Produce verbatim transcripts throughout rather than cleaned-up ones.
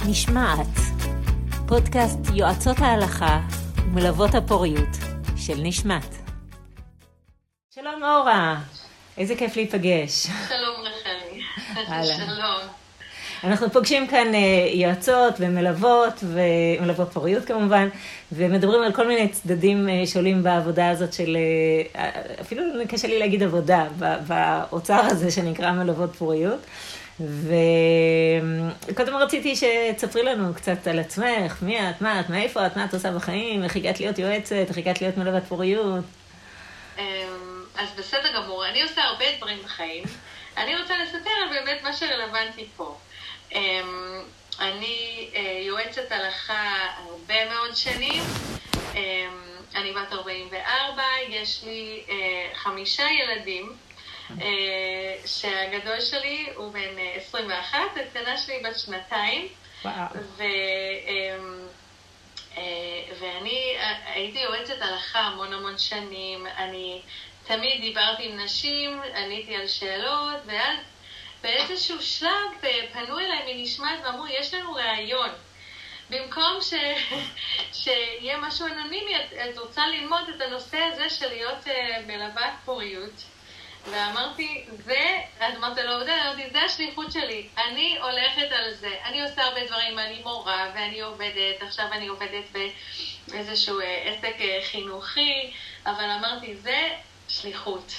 נשמעת, פודקאסט יועצות ההלכה ומלוות הפוריות של נשמת. שלום אורה, איזה כיף להיפגש. שלום רחלי. שלום. אנחנו פוגשים כאן יועצות ומלוות, ומלוות פוריות כמובן, ומדברים על כל מיני צדדים שעולים בעבודה הזאת של, אפילו קשה לי להגיד עבודה, באוצר הזה שנקרא מלוות פוריות. וקודם רציתי שתספרי לנו קצת על עצמך, מי את, מה את, מאיפה את, מה את עושה בחיים, איך הגעת להיות יועצת, איך הגעת להיות מלוות פוריות. אז בסדר גמור, אני עושה הרבה דברים בחיים. אני רוצה לספר על באמת מה שרלוונטי פה. אני יועצת הלכה הרבה מאוד שנים, אני בת ארבעים וארבע, יש לי חמישה ילדים, שהגדול שלי הוא בן עשרים ואחת, הקטנה שלי בת שנתיים. ו... ואני הייתי יועצת הלכה המון המון שנים, אני תמיד דיברתי עם נשים, עניתי על שאלות, ואז באיזשהו שלב פנו אליי מנשמת ואמרו, יש לנו רעיון. במקום ש... שיהיה משהו אנונימי, את רוצה ללמוד את הנושא הזה של להיות מלוות פוריות. ואמרתי, זה, אז אמרתי לו, זה, אמרתי, זה השליחות שלי, אני הולכת על זה, אני עושה הרבה דברים, אני מורה ואני עובדת, עכשיו אני עובדת באיזשהו עסק חינוכי, אבל אמרתי, זה שליחות.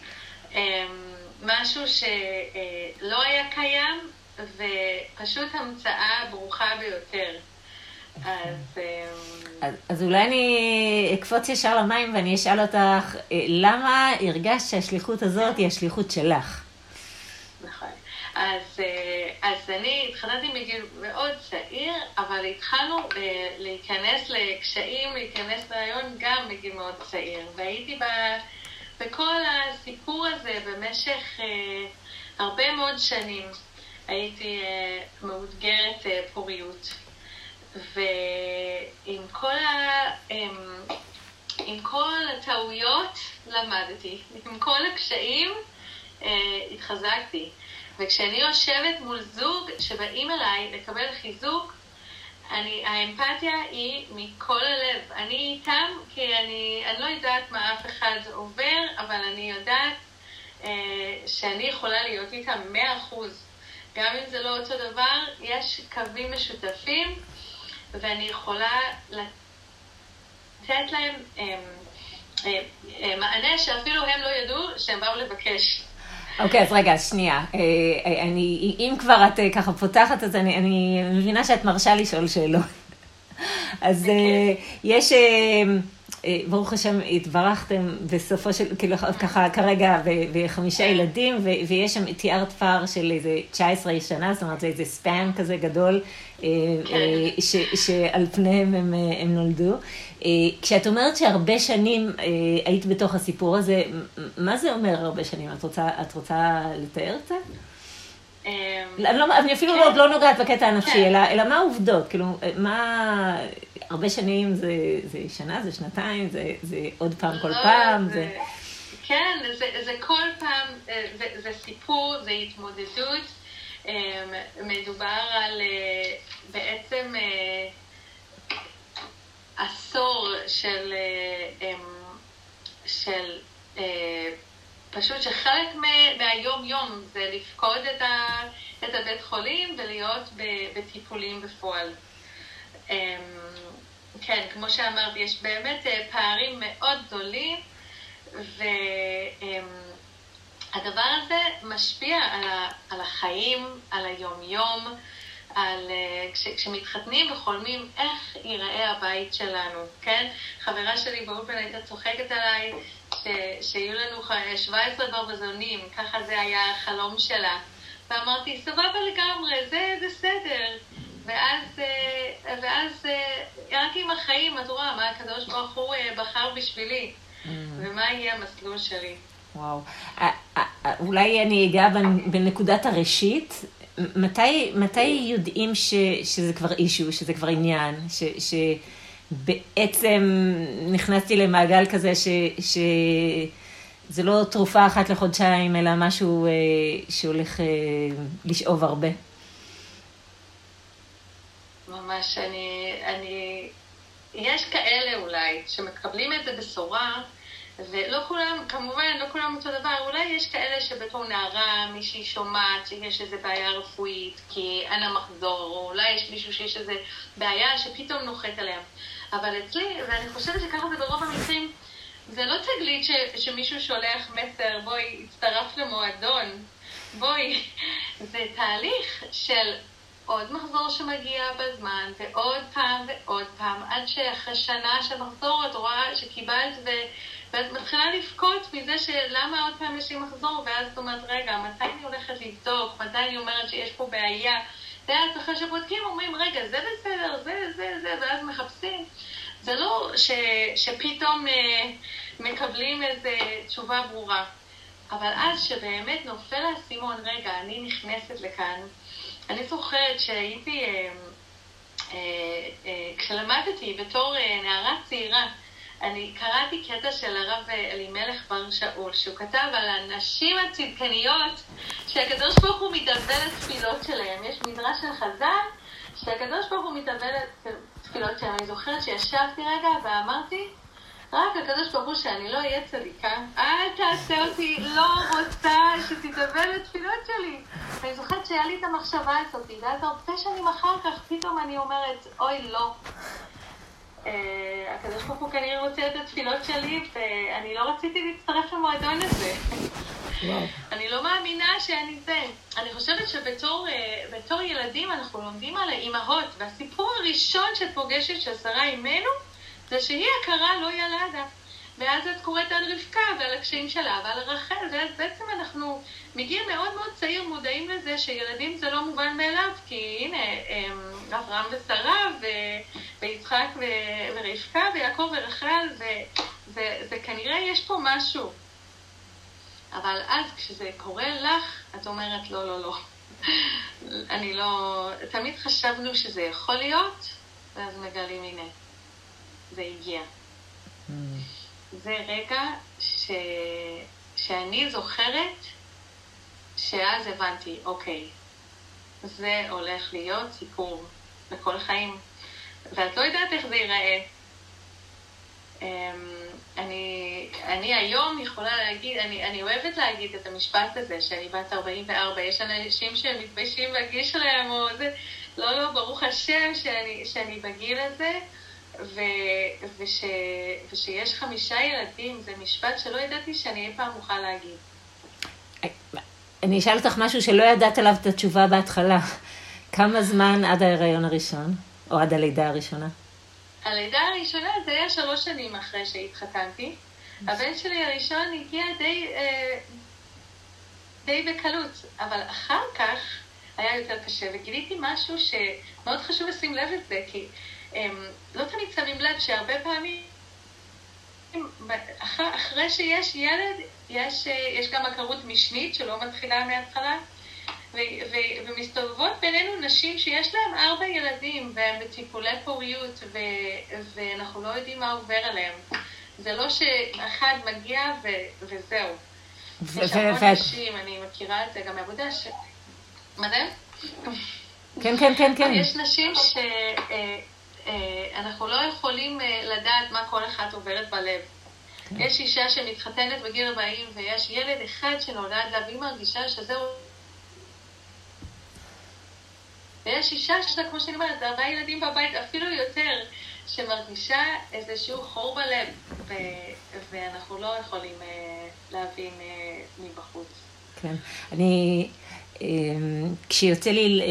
משהו שלא היה קיים, ופשוט המצאה ברוכה ביותר. אז... אז אולי אני אקפוץ ישר למים ואני אשאל אותך, למה הרגשת שהשליחות הזאת היא השליחות שלך? נכון. אז, אז אני התחתנתי מגיל מאוד צעיר, אבל התחלנו להיכנס לקשיים, להיכנס לרעיון גם מגיל מאוד צעיר. והייתי ב, בכל הסיפור הזה במשך הרבה מאוד שנים. הייתי מאותגרת פוריות. ועם כל ה... עם, עם כל הטעויות למדתי, עם כל הקשיים התחזקתי. וכשאני יושבת מול זוג שבאים אליי לקבל חיזוק, אני, האמפתיה היא מכל הלב. אני איתם כי אני, אני לא יודעת מה אף אחד עובר, אבל אני יודעת אה, שאני יכולה להיות איתם מאה אחוז. גם אם זה לא אותו דבר, יש קווים משותפים, ואני יכולה לתת להם אה, אה, אה, מענה שאפילו הם לא ידעו שהם באו לבקש. אוקיי, אז רגע, שנייה. אני, אם כבר את ככה פותחת, אז אני, אני מבינה שאת מרשה לשאול שאלות. אז יש, ברוך השם, התברכתם בסופו של, כאילו ככה כרגע בחמישה ילדים, ויש שם תיארת פער של איזה תשע עשרה שנה, זאת אומרת, זה איזה ספן כזה גדול, שעל פניהם הם, הם נולדו. כשאת אומרת שהרבה שנים היית בתוך הסיפור הזה, מה זה אומר הרבה שנים? את רוצה, את רוצה לתאר את זה? אני אפילו לא נוגעת בקטע הנפשי, אלא מה העובדות? כאילו, מה... הרבה שנים זה שנה, זה שנתיים, זה עוד פעם כל פעם? כן, זה כל פעם, זה סיפור, זה התמודדות. מדובר על בעצם עשור של, של פשוט שחלק מהיום יום זה לפקוד את, ה, את הבית חולים ולהיות בטיפולים בפועל. כן, כמו שאמרתי, יש באמת פערים מאוד גדולים, והדבר הזה משפיע על, ה, על החיים, על היום-יום, על, כש, כשמתחתנים וחולמים איך ייראה הבית שלנו, כן? חברה שלי באולפן הייתה צוחקת עליי, ש, שיהיו לנו שבע עשרה ברווזונים, ככה זה היה החלום שלה. ואמרתי, סבבה לגמרי, זה בסדר. ואז, ואז רק עם החיים, את רואה מה הקדוש ברוך הוא בחר בשבילי, ומה יהיה המסלול שלי. וואו. אולי אני אגע בנקודת הראשית. מתי, מתי יודעים ש, שזה כבר אישו, שזה כבר עניין, ש, שבעצם נכנסתי למעגל כזה ש, שזה לא תרופה אחת לחודשיים, אלא משהו שהולך לשאוב הרבה? ממש, אני, אני, יש כאלה אולי שמקבלים את זה בשורה, ולא כולם, כמובן, לא כולם אותו דבר, אולי יש כאלה שבתור נערה מישהי שומעת שיש איזו בעיה רפואית, כי אין לה מחזור, או אולי יש מישהו שיש איזו בעיה שפתאום נוחת עליהם. אבל אצלי, ואני חושבת שככה זה ברוב המקרים, זה לא תגלית ש, שמישהו שולח מסר, בואי, הצטרף למועדון, בואי. זה תהליך של עוד מחזור שמגיע בזמן, ועוד פעם ועוד פעם, עד שאחרי שנה של מחזור את רואה שקיבלת ו... ואת מתחילה לפקוט מזה שלמה עוד פעם יש לי מחזור, ואז את אומרת, רגע, מתי אני הולכת לבדוק, מתי אני אומרת שיש פה בעיה, ואז אחרי שבודקים אומרים, רגע, זה בסדר, זה, זה, זה, ואז מחפשים. זה לא ש, שפתאום אה, מקבלים איזו תשובה ברורה, אבל אז שבאמת נופל האסימון, רגע, אני נכנסת לכאן. אני זוכרת שהייתי, אה, אה, אה, כשלמדתי בתור אה, נערה צעירה, אני קראתי קטע של הרב אלימלך בר שאול, שהוא כתב על הנשים הצדקניות, שהקדוש ברוך הוא מתאבל את תפילות שלהם. יש מדרש של חז"ל, שהקדוש ברוך הוא מתאבל את תפילות שלהם. אני זוכרת שישבתי רגע ואמרתי, רק הקדוש ברוך הוא שאני לא אהיה צדיקה, אל תעשה אותי, לא רוצה שתתאבל את תפילות שלי. אני זוכרת שהיה לי את המחשבה הזאת, ואז הרבה שנים אחר כך פתאום אני אומרת, אוי לא. הקדוש ברוך הוא כנראה רוצה את התפילות שלי, ואני לא רציתי להצטרף למועדון הזה. אני לא מאמינה שאני זה. אני חושבת שבתור ילדים אנחנו לומדים על האימהות, והסיפור הראשון שאת פוגשת של שרה אימנו, זה שהיא הכרה לא ילדה. ואז את קוראת על רבקה ועל הקשיים שלה ועל רחל, ואז בעצם אנחנו מגיעים מאוד מאוד צעיר מודעים לזה שילדים זה לא מובן מאליו, כי הנה, אברהם ושרה ויצחק ורבקה ויעקב ורחל, וזה כנראה יש פה משהו. אבל אז כשזה קורה לך, את אומרת לא, לא, לא. אני לא, תמיד חשבנו שזה יכול להיות, ואז מגלים, הנה, זה הגיע. זה רגע ש... שאני זוכרת שאז הבנתי, אוקיי, זה הולך להיות סיפור לכל חיים, ואת לא יודעת איך זה ייראה. אני, אני היום יכולה להגיד, אני, אני אוהבת להגיד את המשפט הזה, שאני בת ארבעים וארבע, יש אנשים שמתביישים בגיל שלהם, או זה, לא, לא, ברוך השם שאני, שאני בגיל הזה, ו, וש, ושיש חמישה ילדים, זה משפט שלא ידעתי שאני אי פעם מוכן להגיד. אני אשאל אותך משהו שלא ידעת עליו את התשובה בהתחלה. כמה זמן עד ההיריון הראשון, או עד הלידה הראשונה? הלידה הראשונה זה היה שלוש שנים אחרי שהתחתנתי. הבן שלי הראשון הגיע די, די בקלות, אבל אחר כך היה יותר קשה, וגיליתי משהו שמאוד חשוב לשים לב את זה, כי לא תמיד שמים לב שהרבה פעמים אחרי שיש ילד, יש, יש גם הכרות משנית שלא מתחילה מההתחלה, ו, ו, ומסתובבות בינינו נשים שיש להם ארבע ילדים והם בטיפולי פוריות, ו, ואנחנו לא יודעים מה עובר עליהם. זה לא שאחד מגיע ו, וזהו. ו- יש המון ו- נשים, אני מכירה את זה גם מעבודה ש... מה זה? כן, כן, כן, כן. יש נשים ש... אנחנו לא יכולים לדעת מה כל אחת עוברת בלב. יש אישה שמתחתנת בגיל ארבעים, ויש ילד אחד שנולד לה, והיא מרגישה שזהו. ויש אישה שלה, כמו שאני אומרת, זה ארבעה ילדים בבית, אפילו יותר, שמרגישה איזשהו חור בלב, ו- ואנחנו לא יכולים להבין מבחוץ. כן. אני, כשיוצא לי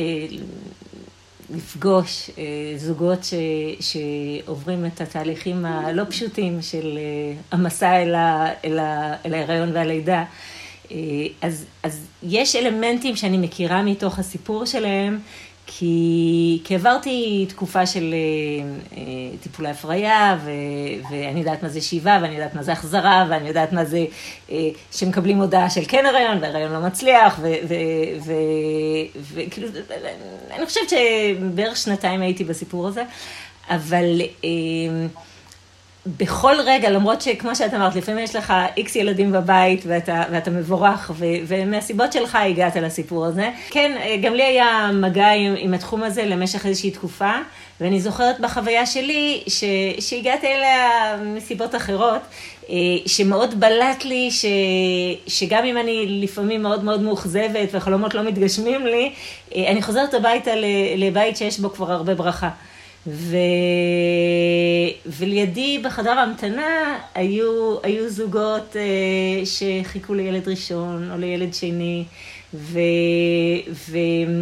לפגוש זוגות ש, שעוברים את התהליכים הלא פשוטים של המסע אל, ה, אל, ה, אל ההיריון והלידה, אז, אז יש אלמנטים שאני מכירה מתוך הסיפור שלהם, כי, כי עברתי תקופה של טיפולי הפריה, ו, ואני יודעת מה זה שאיבה, ואני יודעת מה זה החזרה, ואני יודעת מה זה שמקבלים הודעה של כן הריון, והריון לא מצליח, וכאילו, אני חושבת שבערך שנתיים הייתי בסיפור הזה, אבל בכל רגע, למרות שכמו שאת אמרת, לפעמים יש לך איקס ילדים בבית, ואתה, ואתה מבורך, ו, ומהסיבות שלך הגעת לסיפור הזה. כן, גם לי היה מגע עם, עם התחום הזה למשך איזושהי תקופה, ואני זוכרת בחוויה שלי, ש, שהגעתי אליה מסיבות אחרות, שמאוד בלט לי, ש, שגם אם אני לפעמים מאוד מאוד מאוכזבת, וחלומות לא מתגשמים לי, אני חוזרת הביתה לבית שיש בו כבר הרבה ברכה. ו... ולידי בחדר ההמתנה היו, היו זוגות אה, שחיכו לילד ראשון או לילד שני, ו... ו...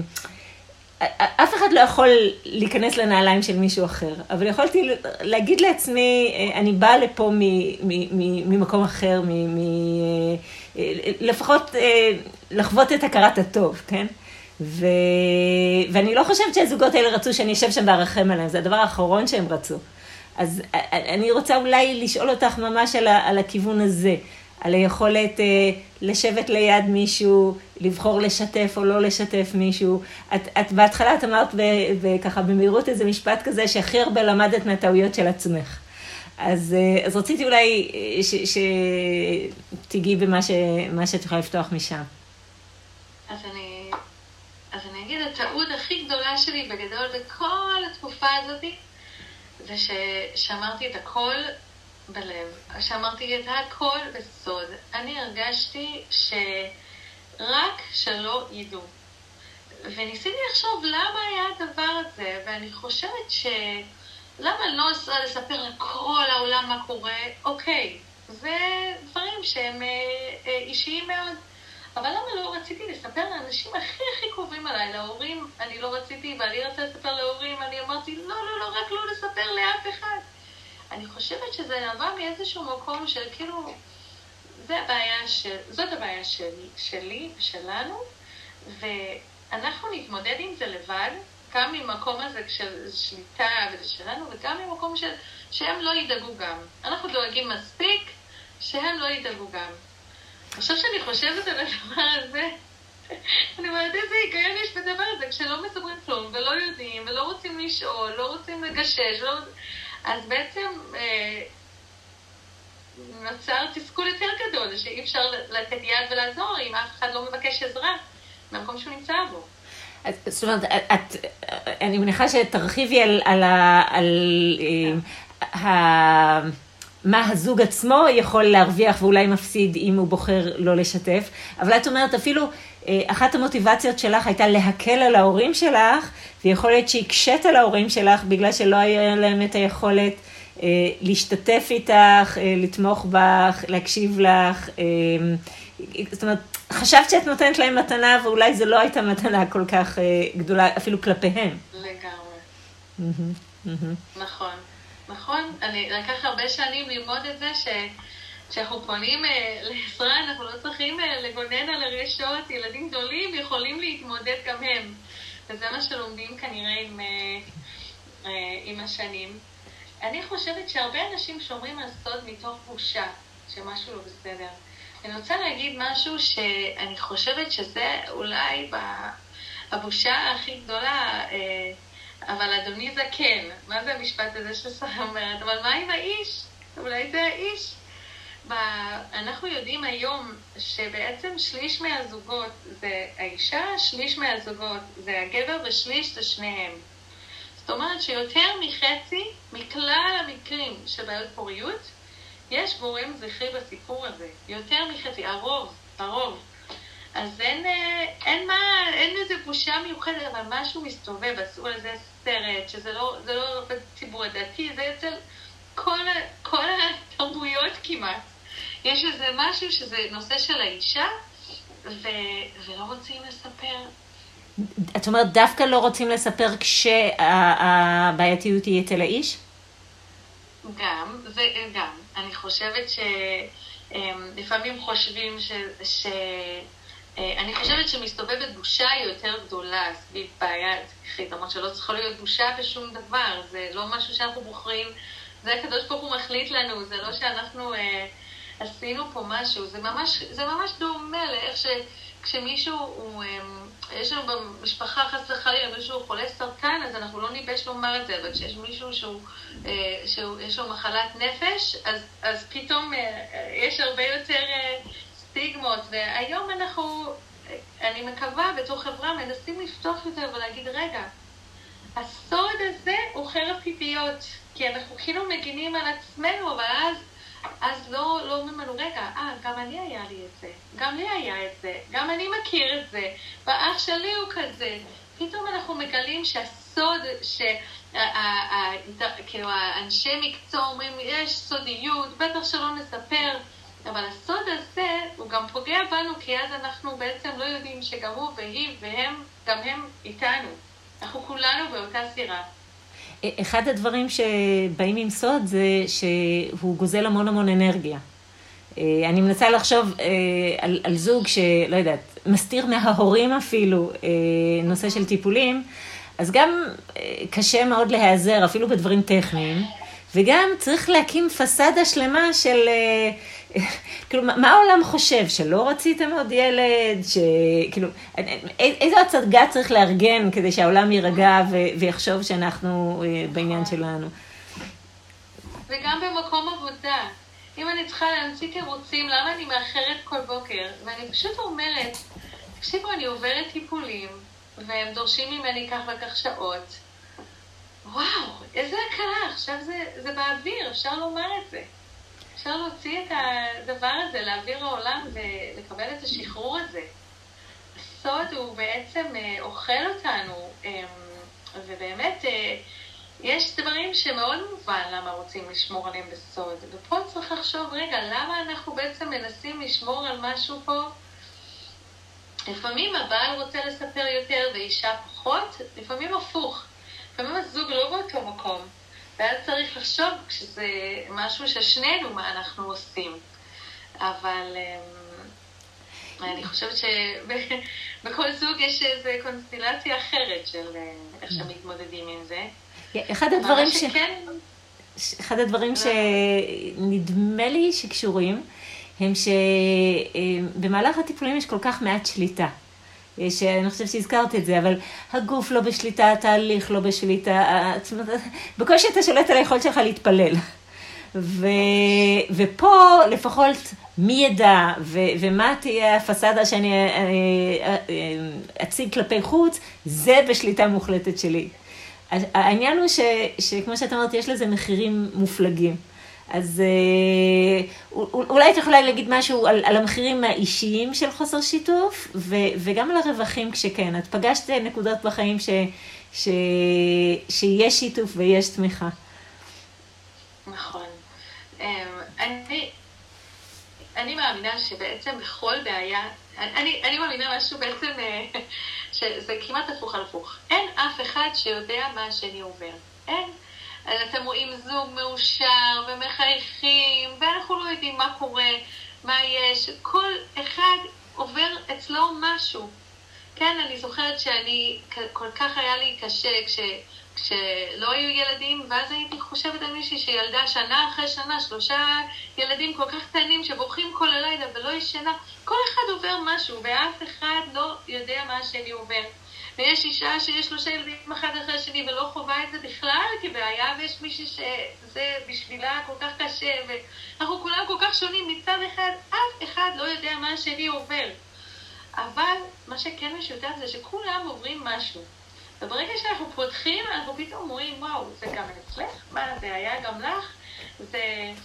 אף אחד לא יכול להיכנס לנעליים של מישהו אחר, אבל יכולתי להגיד לעצמי, אני באה לפה ממקום אחר, לפחות לחוות את הכרת הטוב, כן? ו... ואני לא חושבת שהזוגות האלה רצו שאני אשב שם וארחם עליהם, זה הדבר האחרון שהם רצו. אז אני רוצה אולי לשאול אותך ממש על, ה... על הכיוון הזה, על היכולת אה, לשבת ליד מישהו, לבחור לשתף או לא לשתף מישהו. את, את בהתחלה את אמרת וככה במהירות איזה משפט כזה, שהכי הרבה למדת מהטעויות של עצמך. אז, אז רציתי אולי שתגיעי במה ש, מה שאת יכולה לפתוח משם. אז אני, אז אני אגיד, הטעות הכי גדולה שלי בגדול בכל התקופה הזאת, זה ששמרתי את הכל בלב, שאמרתי את הכל בסוד. אני הרגשתי שרק שלא ידעו. וניסיתי לחשוב למה היה הדבר הזה, ואני חושבת ש... למה לא לספר לכל העולם מה קורה? אוקיי, זה דברים שהם אישיים מאוד. אבל למה לא רציתי לספר לאנשים הכי הכי קרובים עליי, להורים אני לא רציתי, ואני רציתי לספר להורים, אני אמרתי לא, לא, לא, רק לא לספר לאף אחד. אני חושבת שזה נבע מאיזשהו מקום של כאילו, זה הבעיה של, זאת הבעיה שלי, שלי ושלנו, ואנחנו נתמודד עם זה לבד, גם ממקום הזה של שליטה וזה שלנו, וגם ממקום של, שהם לא ידאגו גם. אנחנו דואגים מספיק שהם לא ידאגו גם. עכשיו שאני חושבת על הדבר הזה, אני אומרת איזה היגיון יש בדבר הזה, כשלא מספרים כלום ולא יודעים ולא רוצים לשאול, לא רוצים לגשש, לא... אז בעצם אה, נוצר תסכול יותר גדול, שאי אפשר לתת יד ולעזור אם אף אחד לא מבקש עזרה מהמקום שהוא נמצא בו. זאת אומרת, את, אני מניחה שתרחיבי על, על, על אה, ה... מה הזוג עצמו יכול להרוויח ואולי מפסיד אם הוא בוחר לא לשתף. אבל את אומרת, אפילו אחת המוטיבציות שלך הייתה להקל על ההורים שלך, ויכול להיות שהקשת על ההורים שלך בגלל שלא היה להם את היכולת אה, להשתתף איתך, אה, לתמוך בך, להקשיב לך. אה, זאת אומרת, חשבת שאת נותנת להם מתנה, ואולי זו לא הייתה מתנה כל כך אה, גדולה, אפילו כלפיהם. לגמרי. Mm-hmm, mm-hmm. נכון. נכון, אני לקח הרבה שנים ללמוד את זה ש... כשאנחנו פונים אה, לעזרה, אנחנו לא צריכים אה, לגונן על הרגשות, ילדים גדולים יכולים להתמודד גם הם. וזה מה שלומדים כנראה עם, אה, אה, עם השנים. אני חושבת שהרבה אנשים שומרים על סוד מתוך בושה, שמשהו לא בסדר. אני רוצה להגיד משהו שאני חושבת שזה אולי הבושה הכי גדולה, אה, אבל אדוני זקן, מה זה המשפט הזה ששרה אומרת? אבל מה עם האיש? אולי זה האיש. אנחנו יודעים היום שבעצם שליש מהזוגות זה האישה, שליש מהזוגות זה הגבר ושליש זה שניהם. זאת אומרת שיותר מחצי מכלל המקרים של בעיות פוריות, יש גורם זכרי בסיפור הזה. יותר מחצי, הרוב, הרוב. אז אין, אין מה, אין איזה בושה מיוחדת, אבל משהו מסתובב, עשו על זה סרט, שזה לא, זה לא בציבור הדתי, זה אצל כל, כל התרבויות כמעט. יש איזה משהו שזה נושא של האישה, ו, ולא רוצים לספר. את אומרת, דווקא לא רוצים לספר כשהבעייתיות היא אצל האיש? גם, זה גם. אני חושבת שלפעמים חושבים ש... ש אני חושבת שמסתובבת בושה יותר גדולה סביב בעיה זכרית, זאת אומרת שלא צריכה להיות בושה בשום דבר, זה לא משהו שאנחנו בוחרים, זה הקדוש ברוך הוא מחליט לנו, זה לא שאנחנו אה, עשינו פה משהו, זה ממש, זה ממש דומה לאיך שכשמישהו הוא, אה, יש לנו במשפחה חס וחלילה מישהו חולה סרטן, אז אנחנו לא ניבש לומר את זה, אבל כשיש מישהו שהוא, שיש לו מחלת נפש, אז, אז פתאום יש הרבה יותר סטיגמות, והיום אנחנו, אני מקווה, בתור חברה מנסים לפתוח יותר ולהגיד, רגע, הסוד הזה הוא חרב פיפיות, כי אנחנו כאילו מגינים על עצמנו, אבל אז, אז לא, לא ממנו, רגע, אה, גם אני היה לי את זה, גם לי היה את זה, גם אני מכיר את זה, ואח שלי הוא כזה. פתאום אנחנו מגלים שהסוד, כאילו האנשי מקצוע אומרים, יש סודיות, בטח שלא נספר, אבל הסוד הזה הוא גם פוגע בנו, כי אז אנחנו בעצם לא יודעים שגם הוא והיא והם, גם הם איתנו. אנחנו כולנו באותה סירה. אחד הדברים שבאים עם סוד זה שהוא גוזל המון המון אנרגיה. אני מנסה לחשוב על, על זוג שלא יודעת, מסתיר מההורים אפילו נושא של טיפולים, אז גם קשה מאוד להיעזר אפילו בדברים טכניים, וגם צריך להקים פסדה שלמה של, כאילו, מה העולם חושב? שלא רציתם עוד ילד? שכאילו, איזו הצגה צריך לארגן כדי שהעולם יירגע ויחשוב שאנחנו בעניין שלנו? וגם במקום עבודה. אם אני צריכה להמציא תירוצים, למה אני מאחרת כל בוקר? ואני פשוט אומרת, תקשיבו, אני עוברת טיפולים, והם דורשים ממני כך וכך שעות. וואו, איזה הקלה, עכשיו זה, זה באוויר, אפשר לומר את זה. אפשר להוציא את הדבר הזה, להעביר העולם ולקבל את השחרור הזה. הסוד הוא בעצם אוכל אותנו, ובאמת יש דברים שמאוד מובן למה רוצים לשמור עליהם בסוד. ופה צריך לחשוב, רגע, למה אנחנו בעצם מנסים לשמור על משהו פה? לפעמים הבעל רוצה לספר יותר ואישה פחות, לפעמים הפוך. לפעמים הזוג לא באותו מקום. ואז צריך לחשוב כשזה משהו ששנינו מה אנחנו עושים. אבל אני חושבת שבכל זוג יש איזו קונסטלציה אחרת של איך שמתמודדים עם זה. אחד הדברים ש... אחד הדברים שנדמה לי שקשורים, הם שבמהלך הטיפולים יש כל כך מעט שליטה. שאני חושבת שהזכרת את זה, אבל הגוף לא בשליטה, התהליך לא בשליטה, בקושי אתה שולט על היכולת שלך להתפלל. ו... ופה לפחות מי ידע, ו... ומה תהיה הפסדה שאני אציג כלפי חוץ, זה בשליטה מוחלטת שלי. העניין הוא ש... שכמו שאת אמרת, יש לזה מחירים מופלגים. אז אולי את יכולה להגיד משהו על, על המחירים האישיים של חוסר שיתוף, ו, וגם על הרווחים כשכן. את פגשת נקודות בחיים ש, ש, שיש שיתוף ויש תמיכה. נכון. אני, אני מאמינה שבעצם בכל בעיה, אני, אני מאמינה משהו בעצם, שזה כמעט הפוך על הפוך. אין אף אחד שיודע מה השני עובר. אין. אתם רואים זוג מאושר ומחייכים, ואנחנו לא יודעים מה קורה, מה יש. כל אחד עובר אצלו משהו. כן, אני זוכרת שאני, כל כך היה לי קשה כש, כשלא היו ילדים, ואז הייתי חושבת על מישהי שילדה שנה אחרי שנה, שלושה ילדים כל כך קטנים שבורחים כל הלילה ולא ישנה. כל אחד עובר משהו, ואף אחד לא יודע מה השני עובר. ויש אישה שיש שלושה ילדים אחד אחרי השני ולא חובה את זה בכלל כבעיה, ויש מישהי שזה בשבילה כל כך קשה, ואנחנו כולם כל כך שונים. מצד אחד, אף אחד לא יודע מה השני עובר. אבל מה שכן משותף זה שכולם עוברים משהו. וברגע שאנחנו פותחים, אנחנו פתאום רואים, וואו, זה גם אצלך? מה, זה היה גם לך? זה...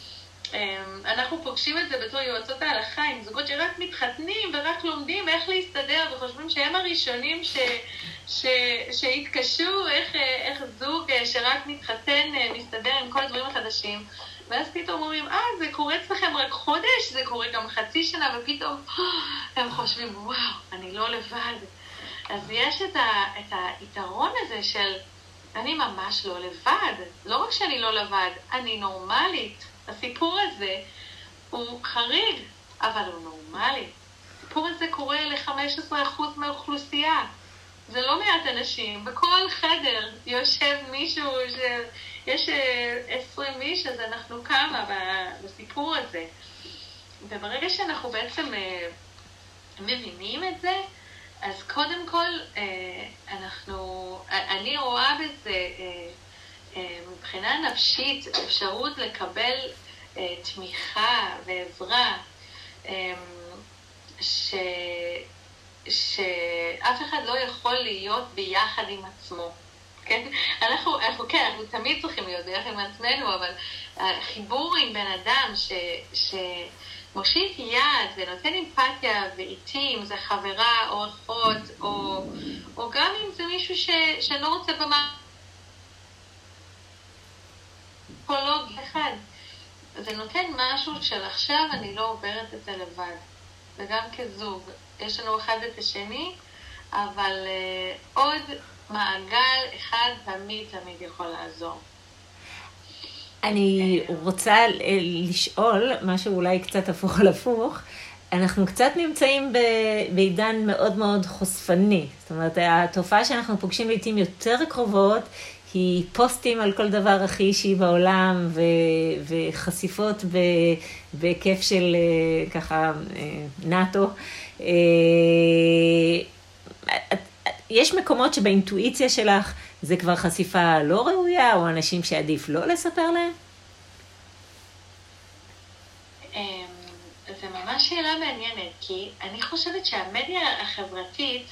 אנחנו פוגשים את זה בתור יועצות ההלכה עם זוגות שרק מתחתנים ורק לומדים איך להסתדר וחושבים שהם הראשונים ש, ש, שהתקשו איך, איך זוג שרק מתחתן מסתדר עם כל הדברים החדשים, ואז פתאום אומרים, אה, זה קורה אצלכם רק חודש, זה קורה גם חצי שנה, ופתאום הם חושבים, וואו, אני לא לבד. אז יש את, ה, את היתרון הזה של אני ממש לא לבד. לא רק שאני לא לבד, אני נורמלית. הסיפור הזה הוא חריג, אבל הוא נורמלי. הסיפור הזה קורה ל-חמישה עשר אחוז מהאוכלוסייה. זה לא מעט אנשים. בכל חדר יושב מישהו, יש עשרים איש, אז אנחנו כמה בסיפור הזה. וברגע שאנחנו בעצם מבינים את זה, אז קודם כל, אנחנו, אני רואה בזה מבחינה נפשית אפשרות לקבל תמיכה ועזרה, ש, שאף אחד לא יכול להיות ביחד עם עצמו. כן? אנחנו, אנחנו, כן, אנחנו תמיד צריכים להיות ביחד עם עצמנו, אבל החיבור עם בן אדם ש, שמושיט יד ונותן אמפתיה ואיטים, זה חברה או אחות, או, או גם אם זה מישהו ש, שלא רוצה במה פסיכולוג אחד. זה נותן משהו של עכשיו אני לא עוברת את זה לבד. וגם כזוג, יש לנו אחד את השני, אבל uh, עוד מעגל אחד תמיד תמיד יכול לעזור. אני רוצה לשאול משהו אולי קצת הפוך על הפוך. אנחנו קצת נמצאים בעידן מאוד מאוד חושפני. זאת אומרת, התופעה שאנחנו פוגשים לעתים יותר קרובות, היא פוסטים על כל דבר הכי אישי בעולם, ו- וחשיפות ב- בהיקף של ככה נאטו. יש מקומות שבאינטואיציה שלך זה כבר חשיפה לא ראויה, או אנשים שעדיף לא לספר להם? זה ממש שאלה מעניינת, כי אני חושבת שהמדיה החברתית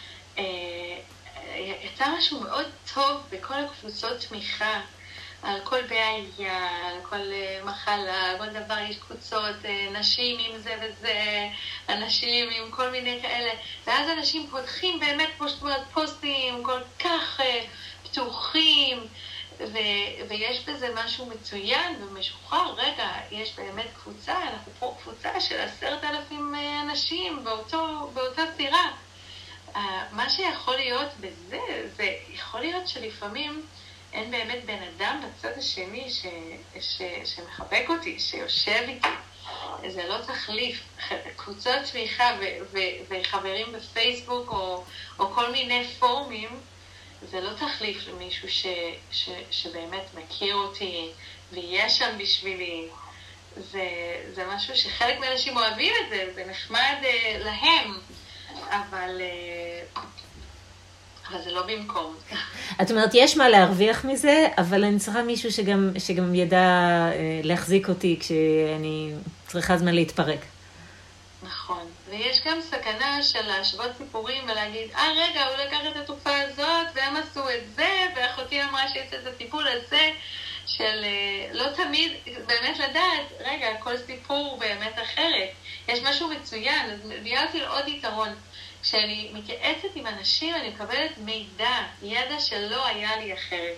יצא משהו מאוד טוב בכל הקבוצות תמיכה, על כל בעיה, על כל מחלה, כל דבר יש קבוצות, נשים עם זה וזה, אנשים עם כל מיני כאלה, ואז אנשים פותחים באמת פוסטים כל כך פתוחים, ו- ויש בזה משהו מצוין ומשוחרר. רגע, יש באמת קבוצה, אנחנו פה קבוצה של עשרת אלפים אנשים באותו, באותה סירה. מה שיכול להיות בזה, זה יכול להיות שלפעמים אין באמת בן אדם בצד השני ש, ש, שמחבק אותי, שיושב איתי. זה לא תחליף. קבוצות תמיכה ו, ו, וחברים בפייסבוק או, או כל מיני פורומים, זה לא תחליף למישהו ש, ש, שבאמת מכיר אותי ויש שם בשבילי. זה, זה משהו שחלק מהאנשים אוהבים את זה, זה נחמד uh, להם, אבל, uh, אבל זה לא במקום. את אומרת, יש מה להרוויח מזה, אבל אני צריכה מישהו שגם, שגם ידע uh, להחזיק אותי כשאני צריכה זמן להתפרק. נכון, ויש גם סכנה של להשוות סיפורים ולהגיד, אה רגע, הוא לקח את התרופה הזאת והם עשו את זה, ואחותי אמרה שיש את הטיפול הזה, של לא תמיד באמת לדעת, רגע, כל סיפור באמת אחרת. יש משהו מצוין, אז מביאה אותי לעוד יתרון. כשאני מתייעצת עם אנשים, אני מקבלת מידע, ידע שלא היה לי אחרת.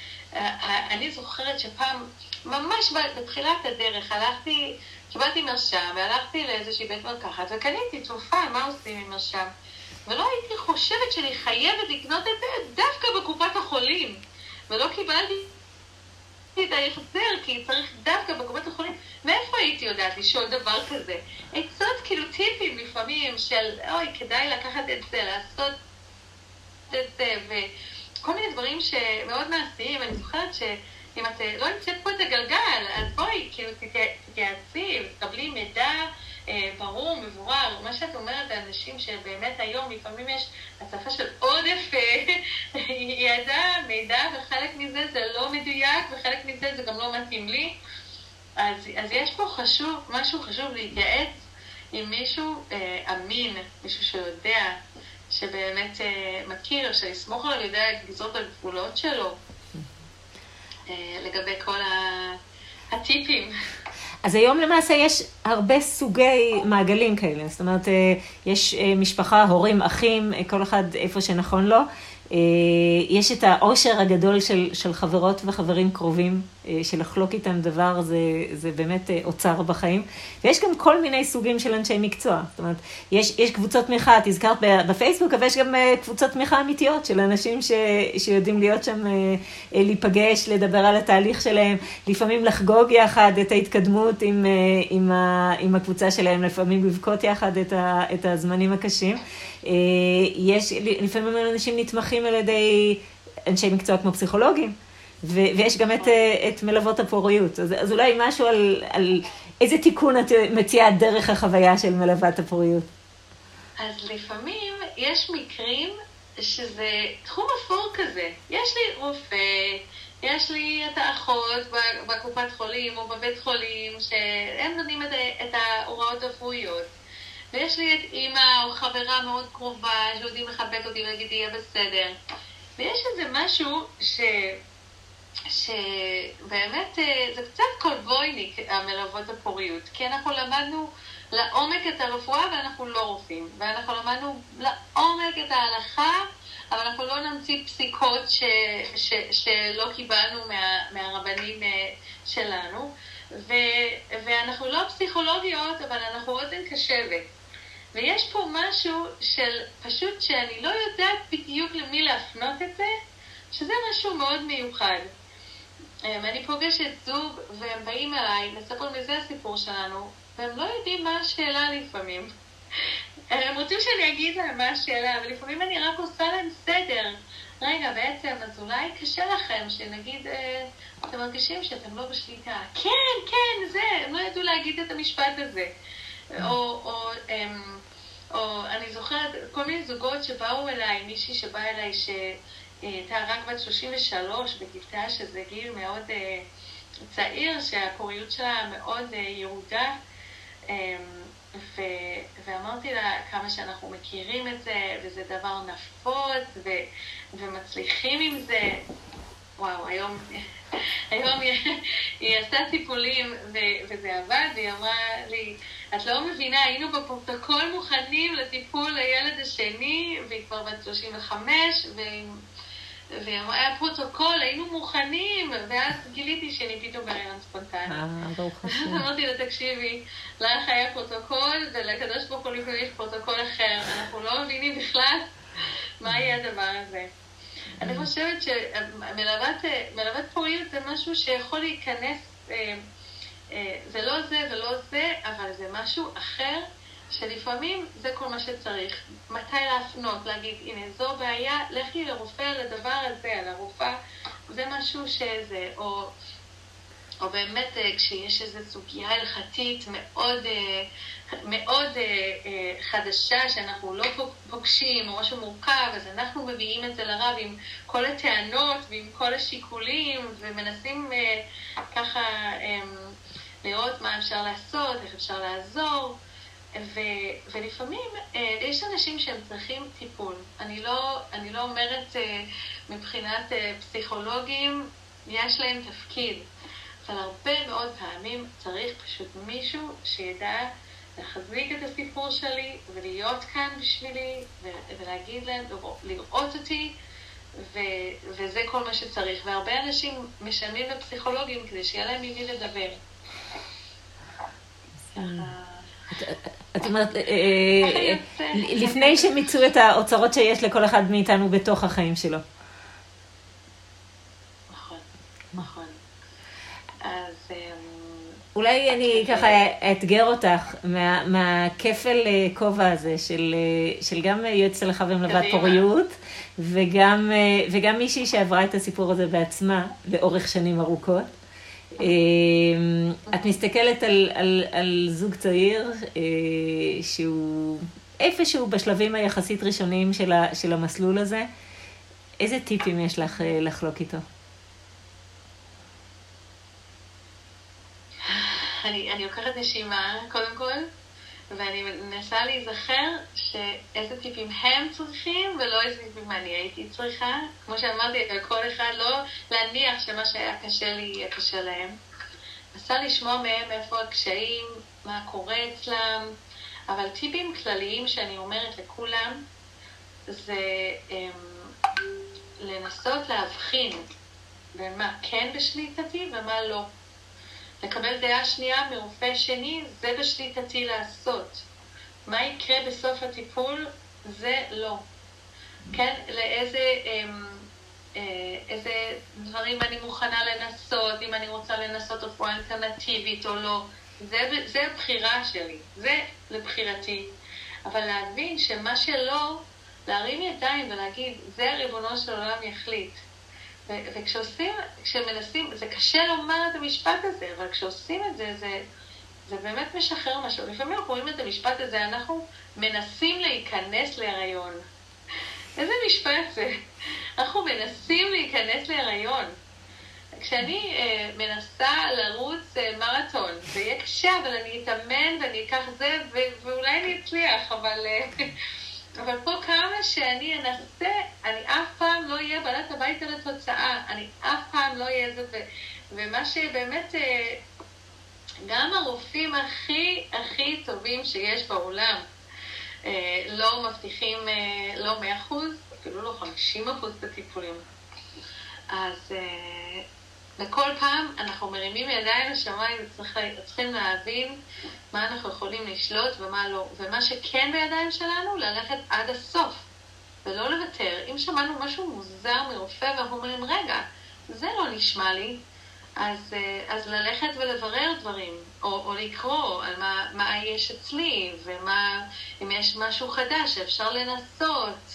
אני זוכרת שפעם, ממש בתחילת הדרך, הלכתי, קיבלתי מרשם, והלכתי לאיזושהי בית מרקחת, וקניתי תרופה, מה עושים עם מרשם? ולא הייתי חושבת שאני חייבת לקנות את זה דווקא בקופת החולים. ולא קיבלתי את ההחזר, כי צריך דווקא בקופת החולים. מאיפה הייתי יודעת לשאול דבר כזה? עצות כאילו טיפים לפעמים של, אוי, כדאי לקחת את זה, לעשות את זה, וכל מיני דברים שמאוד מעשיים. אני זוכרת שאם את לא נמצאת פה את הגלגל, אז בואי, כאילו תתייעצי, תקבלי מידע ברור, מבורר. מה שאת אומרת, האנשים שבאמת היום לפעמים יש הצפה של עודף ידע, מידע, וחלק מזה זה לא מדויק, וחלק מזה זה גם לא מתאים לי. אז, אז יש פה חשוב, משהו חשוב להתייעץ עם מישהו אה, אמין, מישהו שיודע, שבאמת אה, מכיר, שיסמוך עליו, יודע את גזרות הגבולות שלו, אה, לגבי כל הטיפים. אז היום למעשה יש הרבה סוגי מעגלים כאלה, זאת אומרת, יש משפחה, הורים, אחים, כל אחד איפה שנכון לו. יש את העושר הגדול של, של חברות וחברים קרובים, שלחלוק איתם דבר, זה, זה באמת אוצר בחיים. ויש גם כל מיני סוגים של אנשי מקצוע. זאת אומרת, יש, יש קבוצות תמיכה, את הזכרת בפייסבוק, אבל יש גם קבוצות תמיכה אמיתיות של אנשים ש, שיודעים להיות שם, להיפגש, לדבר על התהליך שלהם, לפעמים לחגוג יחד את ההתקדמות עם, עם, ה, עם הקבוצה שלהם, לפעמים לבכות יחד את, ה, את הזמנים הקשים. יש, לפעמים אנשים נתמכים על ידי אנשי מקצוע כמו פסיכולוגים, ו- ויש גם את, את מלוות הפוריות. אז, אז אולי משהו על, על איזה תיקון את מציעה דרך החוויה של מלוות הפוריות? אז לפעמים יש מקרים שזה תחום אפור כזה. יש לי רופא, יש לי את האחות בקופת חולים או בבית חולים, שהם נותנים את ההוראות הרפואיות. ויש לי את אמא או חברה מאוד קרובה שיודעים לחבק אותי ולהגיד יהיה בסדר. ויש איזה משהו ש... שבאמת זה קצת קולבויניק המלוות הפוריות, כי אנחנו למדנו לעומק את הרפואה ואנחנו לא רופאים, ואנחנו למדנו לעומק את ההלכה, אבל אנחנו לא נמציא פסיקות ש... ש... שלא קיבלנו מה... מהרבנים שלנו, ו... ואנחנו לא פסיכולוגיות, אבל אנחנו אוזן קשבת. ויש פה משהו של פשוט שאני לא יודעת בדיוק למי להפנות את זה, שזה משהו מאוד מיוחד. אני פוגשת זוג והם באים אליי, נספר מזה הסיפור שלנו, והם לא יודעים מה השאלה לפעמים. הם רוצים שאני אגיד להם מה השאלה, אבל לפעמים אני רק עושה להם סדר. רגע, בעצם, אז אולי קשה לכם שנגיד, אתם מרגישים שאתם לא בשליטה. כן, כן, זה, הם לא ידעו להגיד את המשפט הזה. או, או, או אני זוכרת כל מיני זוגות שבאו אליי, מישהי שבאה אליי שהייתה רק בת שלושים ושלוש בגילתה, שזה גיל מאוד צעיר, שהפוריות שלה מאוד ירודה, ו, ואמרתי לה כמה שאנחנו מכירים את זה, וזה דבר נפוץ, ו, ומצליחים עם זה. וואו, היום, היום היא, היא עשתה טיפולים ו, וזה עבד, והיא אמרה לי, את לא מבינה, היינו בפרוטוקול מוכנים לטיפול לילד השני, והיא כבר בת שלושים וחמש, והיא אמרה, היה פרוטוקול, היינו מוכנים, ואז גיליתי שאני פתאום בהריון ספונטני. אה, ברוך השם. אמרתי לה, תקשיבי, לך היה פרוטוקול, ולקדוש ברוך הוא לפעמים יש פרוטוקול אחר, אנחנו לא מבינים בכלל מה יהיה הדבר הזה. אני חושבת שמלוות פוריות זה משהו שיכול להיכנס, זה לא זה ולא זה, אבל זה משהו אחר, שלפעמים זה כל מה שצריך. מתי להפנות, להגיד, הנה, זו בעיה, לכי לרופא לדבר הזה, על הרופאה, זה משהו שזה, או, או באמת כשיש איזו סוגיה הלכתית מאוד, מאוד חדשה, שאנחנו לא פוגשים, או משהו מורכב, אז אנחנו מביאים את זה לרב עם כל הטענות ועם כל השיקולים, ומנסים ככה לראות מה אפשר לעשות, איך אפשר לעזור, ו, ולפעמים יש אנשים שהם צריכים טיפול. אני לא, אני לא אומרת מבחינת פסיכולוגים, יש להם תפקיד, אבל הרבה מאוד פעמים צריך פשוט מישהו שידע להחזיק את הסיפור שלי ולהיות כאן בשבילי ולהגיד להם, לראות אותי, ו, וזה כל מה שצריך. והרבה אנשים משלמים לפסיכולוגים כדי שיהיה להם ממי לדבר. את אומרת, לפני שמיצו את האוצרות שיש לכל אחד מאיתנו בתוך החיים שלו. נכון, נכון. אז אולי אני ככה אתגר אותך מהכפל כובע הזה של גם יועצת הלכה ומלוות פוריות, וגם מישהי שעברה את הסיפור הזה בעצמה לאורך שנים ארוכות. את מסתכלת על, על, על זוג צעיר שהוא איפשהו בשלבים היחסית ראשוניים של, ה, של המסלול הזה. איזה טיפים יש לך לחלוק איתו? אני, אני לוקחת נשימה קודם כל, ואני מנסה להיזכר שאיזה טיפים הם צריכים ולא איזה טיפים אני הייתי צריכה. כמו שאמרתי, כל אחד לא להניח שמה שהיה קשה לי יהיה קשה להם. מנסה לשמוע מהם איפה הקשיים, מה קורה אצלם, אבל טיפים כלליים שאני אומרת לכולם זה הם, לנסות להבחין בין מה כן בשליטתי ומה לא. לקבל דעה שנייה מרופא שני, זה בשליטתי לעשות. מה יקרה בסוף הטיפול, זה לא. כן, לאיזה איזה דברים אני מוכנה לנסות, אם אני רוצה לנסות רפואה אלטרנטיבית או לא. זה, זה הבחירה שלי, זה לבחירתי. אבל להבין שמה שלא, להרים ידיים ולהגיד, זה הריבונו של עולם יחליט. וכשעושים, כשמנסים, זה קשה לומר את המשפט הזה, אבל כשעושים את זה, זה, זה באמת משחרר משהו. לפעמים אנחנו רואים את המשפט הזה, אנחנו מנסים להיכנס להיריון. איזה משפט זה? אנחנו מנסים להיכנס להיריון. כשאני אה, מנסה לרוץ אה, מרתון, זה יהיה קשה, אבל אני אתאמן ואני אקח זה, ו- ואולי אני אצליח, אבל, אה, אבל פה כמה שאני אנסה, אני אף פעם לא אהיה בעלת הביתה לתוצאה, אני אף פעם לא אהיה זה, ו- ומה שבאמת, אה, גם הרופאים הכי הכי טובים שיש בעולם, אה, לא מבטיחים, אה, לא מאה אחוז, אפילו לא חמישים אחוז בטיפולים. אז אה, לכל פעם אנחנו מרימים ידיים לשמיים וצריכים להבין מה אנחנו יכולים לשלוט ומה לא. ומה שכן בידיים שלנו, ללכת עד הסוף ולא לוותר. אם שמענו משהו מוזר מרופא ואנחנו אומרים, רגע, זה לא נשמע לי, אז, אז ללכת ולברר דברים, או, או לקרוא על מה, מה יש אצלי, ומה, אם יש משהו חדש שאפשר לנסות.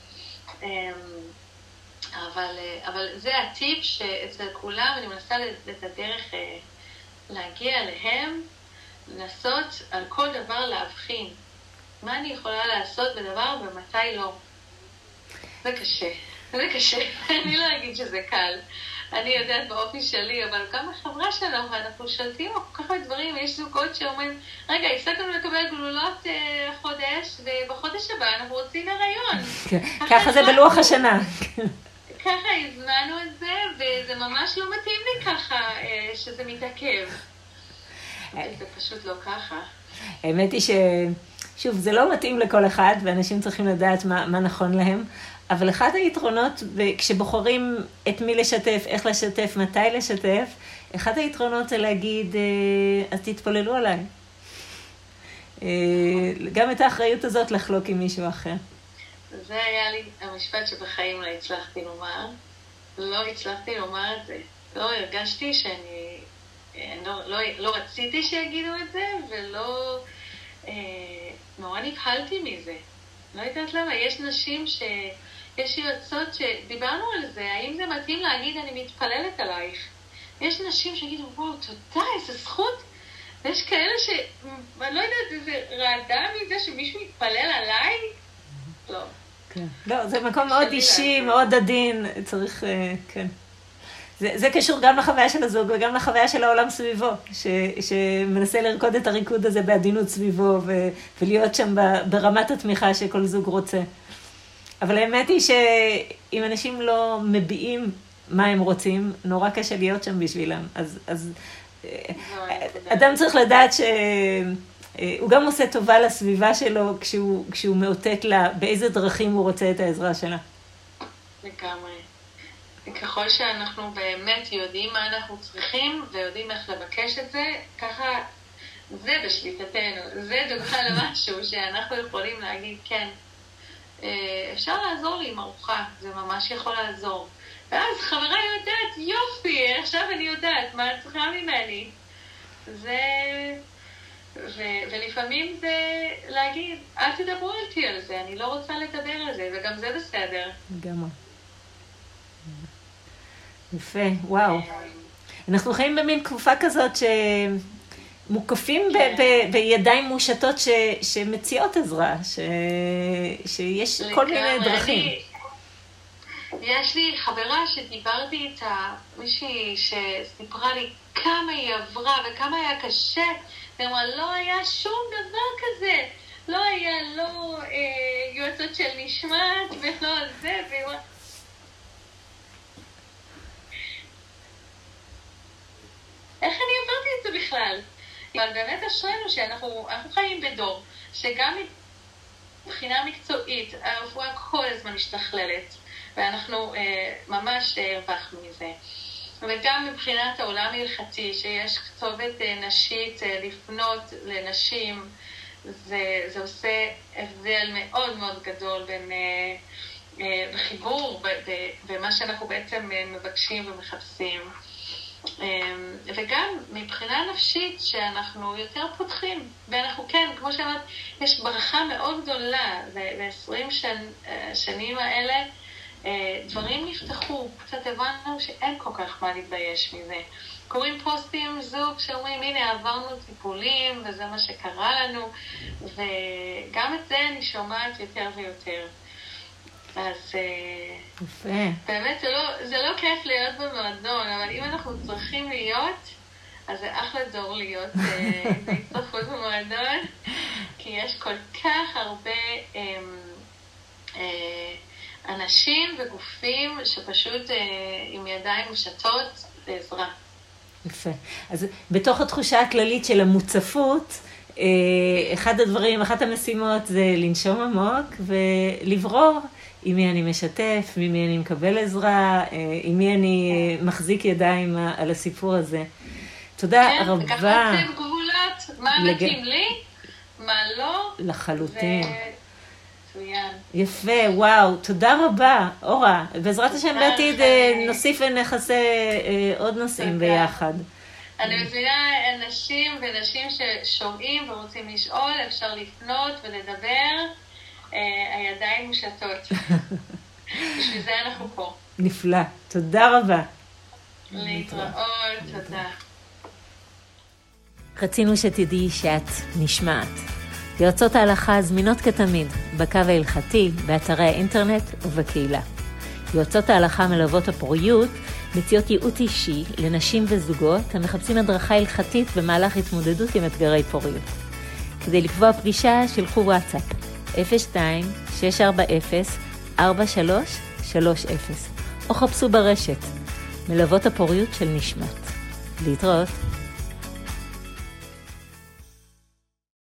אבל, אבל זה הטיפ שאצל כולם, אני מנסה את הדרך להגיע אליהם, לנסות על כל דבר להבחין. מה אני יכולה לעשות בדבר ומתי לא. זה קשה, זה קשה. אני לא אגיד שזה קל. אני יודעת באופי שלי, אבל גם החברה שלנו, אנחנו שולטים כל כך דברים, יש זוגות שאומרים, רגע, הפסקנו לקבל גלולות אה, חודש, ובחודש הבא אנחנו רוצים הריון. ככה זה בלוח השנה. ככה הזמנו את זה, וזה ממש לא מתאים לי ככה אה, שזה מתעכב. זה פשוט לא ככה. האמת היא ש... שוב, זה לא מתאים לכל אחד, ואנשים צריכים לדעת מה, מה נכון להם, אבל אחד היתרונות, כשבוחרים את מי לשתף, איך לשתף, מתי לשתף, אחד היתרונות זה להגיד, אז תתפוללו עליי. גם את האחריות הזאת לחלוק עם מישהו אחר. זה היה לי המשפט שבחיים לא הצלחתי לומר. לא הצלחתי לומר את זה. לא הרגשתי שאני... לא, לא, לא רציתי שיגידו את זה, ולא... אה, נורא נבהלתי מזה. לא יודעת למה. יש נשים ש... יש יועצות שדיברנו על זה, האם זה מתאים להגיד אני מתפללת עלייך. יש נשים שיגידו, וואו, תודה, איזה זכות. ויש כאלה ש... אני לא יודעת, איזה רעדה מזה שמישהו מתפלל עליי? לא. כן. לא, זה מקום מאוד אישי, מאוד עדין, צריך, כן. זה, זה קשור גם לחוויה של הזוג וגם לחוויה של העולם סביבו, ש, שמנסה לרקוד את הריקוד הזה בעדינות סביבו ו, ולהיות שם ברמת התמיכה שכל זוג רוצה. אבל האמת היא שאם אנשים לא מביעים מה הם רוצים, נורא קשה להיות שם בשבילם. אז, אז אדם צריך לדעת שהוא גם עושה טובה לסביבה שלו כשהוא, כשהוא מאותת לה באיזה דרכים הוא רוצה את העזרה שלה. לגמרי. ככל שאנחנו באמת יודעים מה אנחנו צריכים ויודעים איך לבקש את זה, ככה זה בשליטתנו. זה דוגמה למשהו שאנחנו יכולים להגיד כן. אפשר לעזור לי עם ארוחה, זה ממש יכול לעזור. ואז חברה יודעת, יופי, עכשיו אני יודעת מה את צריכה ממני. זה... ו... ולפעמים זה להגיד, אל תדברו איתי על זה, אני לא רוצה לדבר על זה, וגם זה בסדר. גם. יפה, וואו. אנחנו חיים במין תקופה כזאת שמוקפים ב- ב- בידיים מושטות ש- שמציעות עזרה, ש- שיש כל מיני דרכים. אני, יש לי חברה שדיברתי איתה, מישהי שסיפרה לי כמה היא עברה וכמה היה קשה, ואמרה, לא היה שום דבר כזה, לא היה לא אה, יועצות של נשמעת ולא זה, והיא אמרה, איך אני עברתי את זה בכלל? אבל באמת אשרנו שאנחנו חיים בדור, שגם מבחינה מקצועית, הרפואה כל הזמן משתכללת, ואנחנו אה, ממש הרווחנו מזה. וגם מבחינת העולם ההלכתי, שיש כתובת אה, נשית אה, לפנות לנשים, זה, זה עושה הבדל מאוד מאוד גדול בין אה, אה, בחיבור, במה שאנחנו בעצם אה, מבקשים ומחפשים. וגם מבחינה נפשית שאנחנו יותר פותחים, ואנחנו כן, כמו שאמרת, יש ברכה מאוד גדולה ב-עשרים שנים האלה, דברים נפתחו, קצת הבנו שאין כל כך מה להתבייש מזה. קוראים פוסטים זוג שאומרים, הנה עברנו טיפולים וזה מה שקרה לנו, וגם את זה אני שומעת יותר ויותר. אז יפה. באמת זה לא, זה לא כיף להיות במועדון, אבל אם אנחנו צריכים להיות, אז זה אחלה דור להיות בהצטרפות במועדון, כי יש כל כך הרבה אה, אה, אנשים וגופים שפשוט אה, עם ידיים מושטות לעזרה. יפה. אז בתוך התחושה הכללית של המוצפות, אחד הדברים, אחת המשימות זה לנשום עמוק ולברור עם מי אני משתף, עם מי אני מקבל עזרה, עם מי אני מחזיק ידיים על הסיפור הזה. תודה כן, רבה. כן, וככה לשים גבולות, מה לג... מתאים לי, מה לא. לחלוטין. מצוין. יפה, וואו, תודה רבה, אורה. בעזרת השם בעתיד נוסיף ונכסה עוד נושאים ביחד. אני מזמינה אנשים ונשים ששומעים ורוצים לשאול, אפשר לפנות ולדבר, הידיים מושטות. בשביל זה אנחנו פה. נפלא, תודה רבה. להתראות, תודה. רצינו שתדעי שאת נשמעת. יועצות ההלכה זמינות כתמיד, בקו ההלכתי, באתרי האינטרנט ובקהילה. יועצות ההלכה מלוות הפוריות מציעות ייעוץ אישי לנשים וזוגות המחפשים הדרכה הלכתית במהלך התמודדות עם אתגרי פוריות. כדי לקבוע פגישה, שלחו וואטסאפ אפס שתיים שש ארבע אפס ארבע שלוש שלוש אפס או חפשו ברשת מלוות הפוריות של נשמת. להתראות.